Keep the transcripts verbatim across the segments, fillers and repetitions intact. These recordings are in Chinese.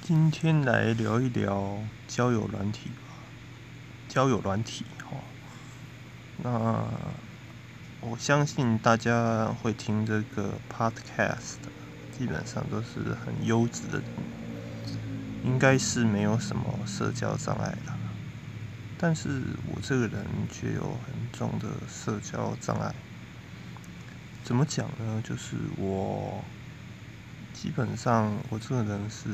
今天来聊一聊交友软体吧。交友软体哦，那我相信大家会听这个 podcast， 基本上都是很优质的人，应该是没有什么社交障碍啦。但是我这个人却有很重的社交障碍。怎么讲呢？就是我基本上我这个人是。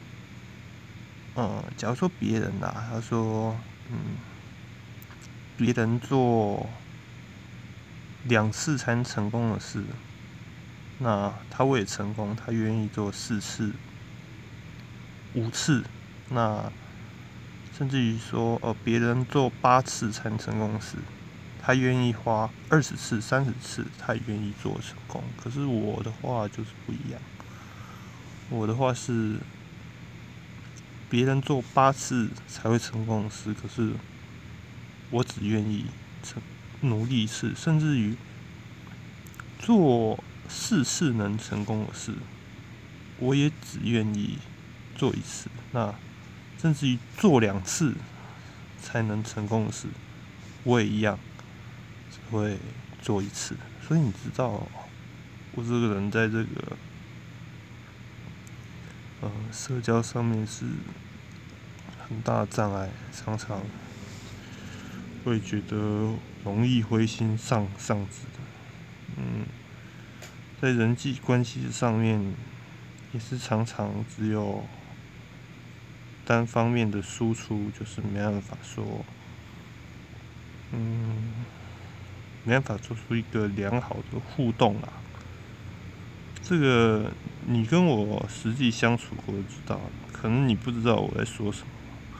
嗯，假如说别人啦，他说，嗯，别人做两次才能成功的事，那他为了成功，他愿意做四次、五次，那甚至于说，呃，别人做八次才能成功的事，他愿意花二十次、三十次，他也愿意做成功。可是我的话就是不一样，我的话是。别人做八次才会成功的事，可是我只愿意成努力一次，甚至于做四次能成功的事，我也只愿意做一次。那甚至于做两次才能成功的事，我也一样只会做一次。所以你知道，我这个人在这个呃社交上面是很大的障碍，常常会觉得容易灰心丧丧志的。嗯，在人际关系上面，也是常常只有单方面的输出，就是没办法说，嗯，没办法做出一个良好的互动啦。这个你跟我实际相处过就知道了，可能你不知道我在说什么。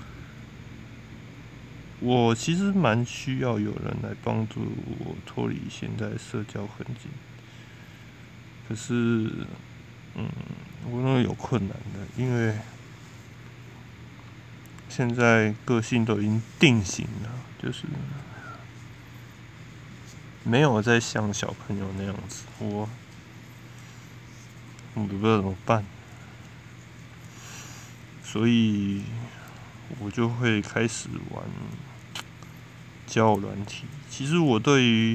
我其实蛮需要有人来帮助我脱离现在社交困境，可是，嗯，我那个有困难的，因为现在个性都已经定型了，就是没有再像小朋友那样子，我我不知道怎么办，所以我就会开始玩交友软体。其实我对于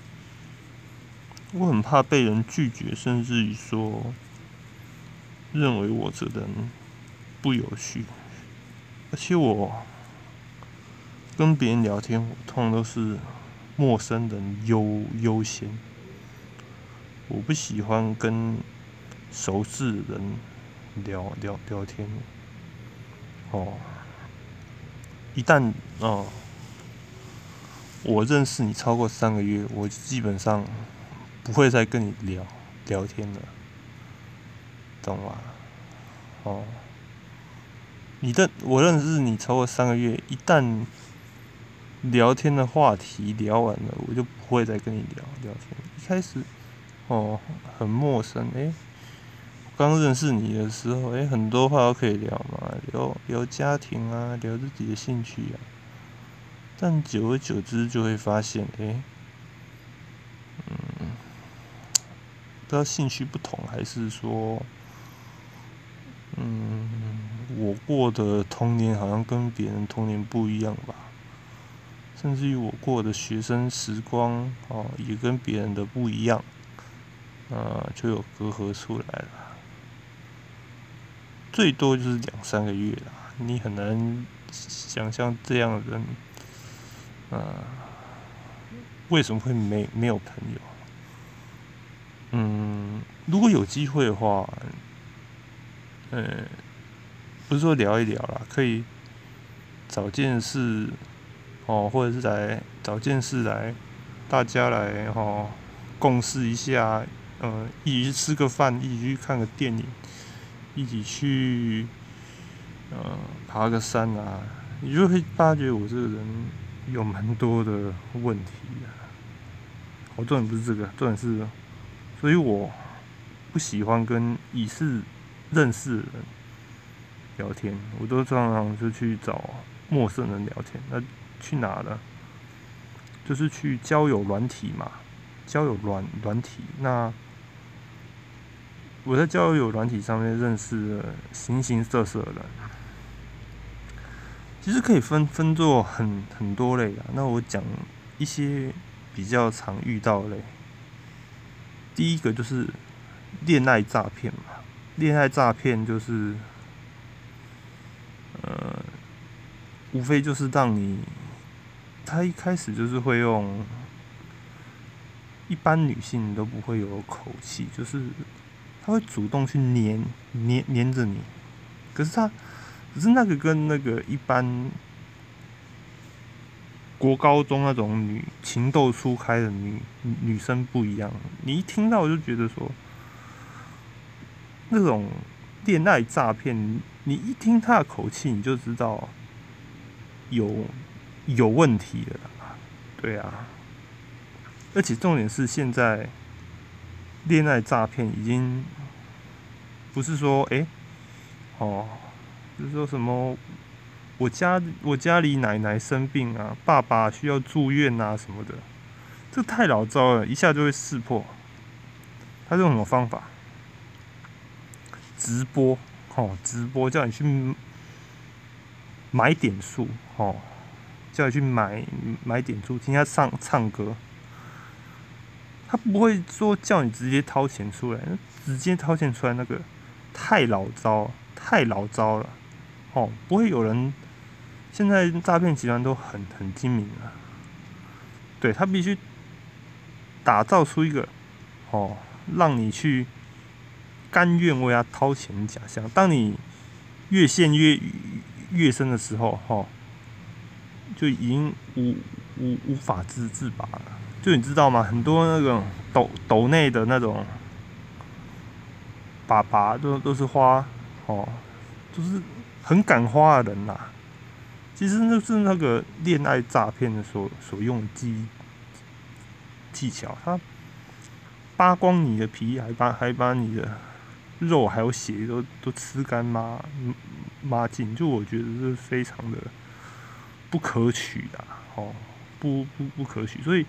我很怕被人拒绝，甚至于说认为我这人不有趣，而且我跟别人聊天，我通常都是陌生人优优先，我不喜欢跟熟识的人聊聊聊天。哦，一旦哦我认识你超过三个月，我基本上不会再跟你聊聊天了，懂吗？哦，你的我认识你超过三个月，一旦聊天的话题聊完了，我就不会再跟你聊聊天。一开始哦很陌生，诶、欸，刚认识你的时候，诶、欸，很多话都可以聊嘛，聊聊家庭啊，聊自己的兴趣啊。但久而久之就会发现，诶、欸，嗯，不知道兴趣不同，还是说，嗯，我过的童年好像跟别人童年不一样吧。甚至于我过的学生时光哦，也跟别人的不一样，呃，就有隔阂出来了。最多就是两三个月啦，你很难想象这样的人，呃，为什么会没没有朋友？嗯，如果有机会的话，呃，不是说聊一聊啦，可以找件事哦，或者是来找件事来，大家来哦共事一下，呃，一起去吃个饭，一起去看个电影，一起去呃爬个山啊，你就会发觉我这个人有蛮多的问题的。好，重点不是这个，重点是，所以我不喜欢跟已是认识的人聊天，我都常常就去找陌生人聊天。那去哪呢？就是去交友软体嘛，交友软软体。那我在交友软体上面认识了形形色色的人，其实可以分分作很很多类啊。那我讲一些比较常遇到的类。第一个就是恋爱诈骗嘛，恋爱诈骗就是，呃，无非就是让你，他一开始就是会用一般女性都不会有口气，就是他会主动去黏黏黏着你，可是他，可是那个跟那个一般国高中那种女情窦初开的女女生不一样，你一听到就觉得说，那种恋爱诈骗，你一听他的口气，你就知道有有问题的啦。对啊，而且重点是现在恋爱诈骗已经不是说哎、欸、哦，就是说什么我家我家里奶奶生病啊，爸爸需要住院啊什么的，这太老招了，一下就会识破。他用什么方法？直播，哦，直播叫你去买点数，哦，叫你去买买点数，听他唱唱歌。他不会说叫你直接掏钱出来，直接掏钱出来那个太老招，太老招了，哦，不会有人。现在诈骗集团都很很精明了，对他必须打造出一个哦，让你去甘愿为他掏钱的假象。当你越陷越越深的时候，哦，就已经无无无法自自拔了。就你知道吗？很多那种抖抖内的那种爸爸都都是花哦，都是很敢花的人呐、啊。其实就是那个恋爱诈骗的所所用的技技巧，他扒光你的皮，还把还把你的肉还有血都都吃干抹抹净，就我觉得是非常的不可取的、啊，哦，不不不可取。所以，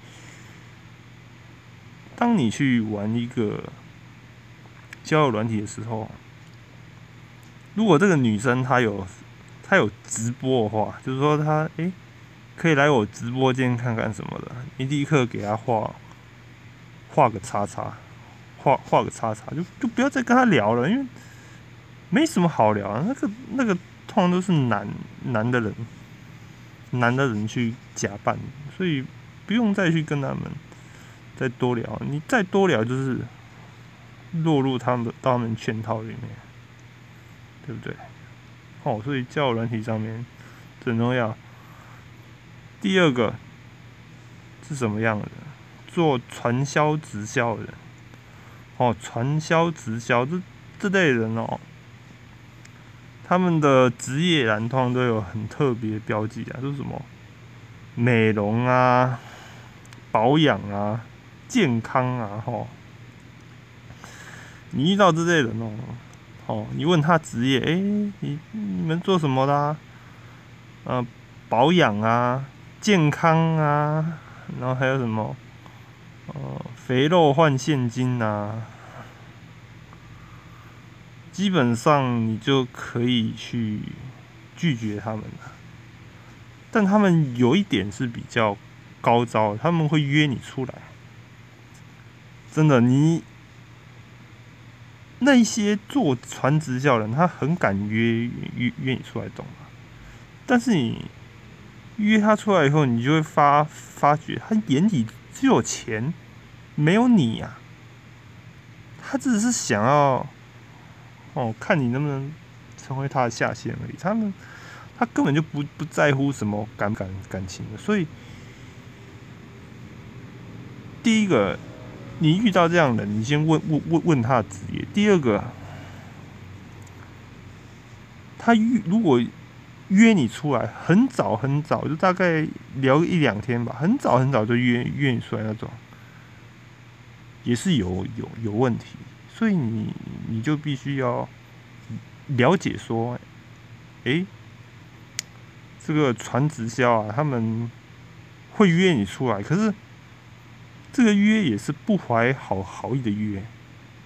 当你去玩一个交友软体的时候，如果这个女生她有她有直播的话，就是说她哎、欸、可以来我直播间看看什么的，你立刻给她画画个叉叉，画画个叉叉，就就不要再跟她聊了，因为没什么好聊。那个那个通常都是男男的人男的人去假扮，所以不用再去跟他们再多聊，你再多聊就是落入他们到他们圈套里面，对不对？哦，所以交友软体上面很重要。第二个是什么样的？做传销直销的人，哦，传销直销这这类人哦，他们的职业栏通常都有很特别的标记啊，就是什么美容啊、保养啊、健康啊，吼。你遇到这类人哦，哦，你问他职业，哎、欸，你你们做什么的、啊？呃，保养啊，健康啊，然后还有什么？呃，肥肉换现金啊，基本上你就可以去拒绝他们了。但他们有一点是比较高招，他们会约你出来。真的，你那些做传直销人，他很敢约约约你出来，懂吗？但是你约他出来以后，你就会发发觉，他眼里只有钱，没有你啊。他只是想要哦，看你能不能成为他的下线而已。他们他根本就不不在乎什么感感感情的。所以第一个，你遇到这样的人，你先问问问问他的职业。第二个，他如果约你出来，很早很早，就大概聊一两天吧，很早很早就约约你出来那种，也是有有有问题。所以你你就必须要了解说，哎、欸，这个传直销啊，他们会约你出来，可是这个约也是不怀好好意的约，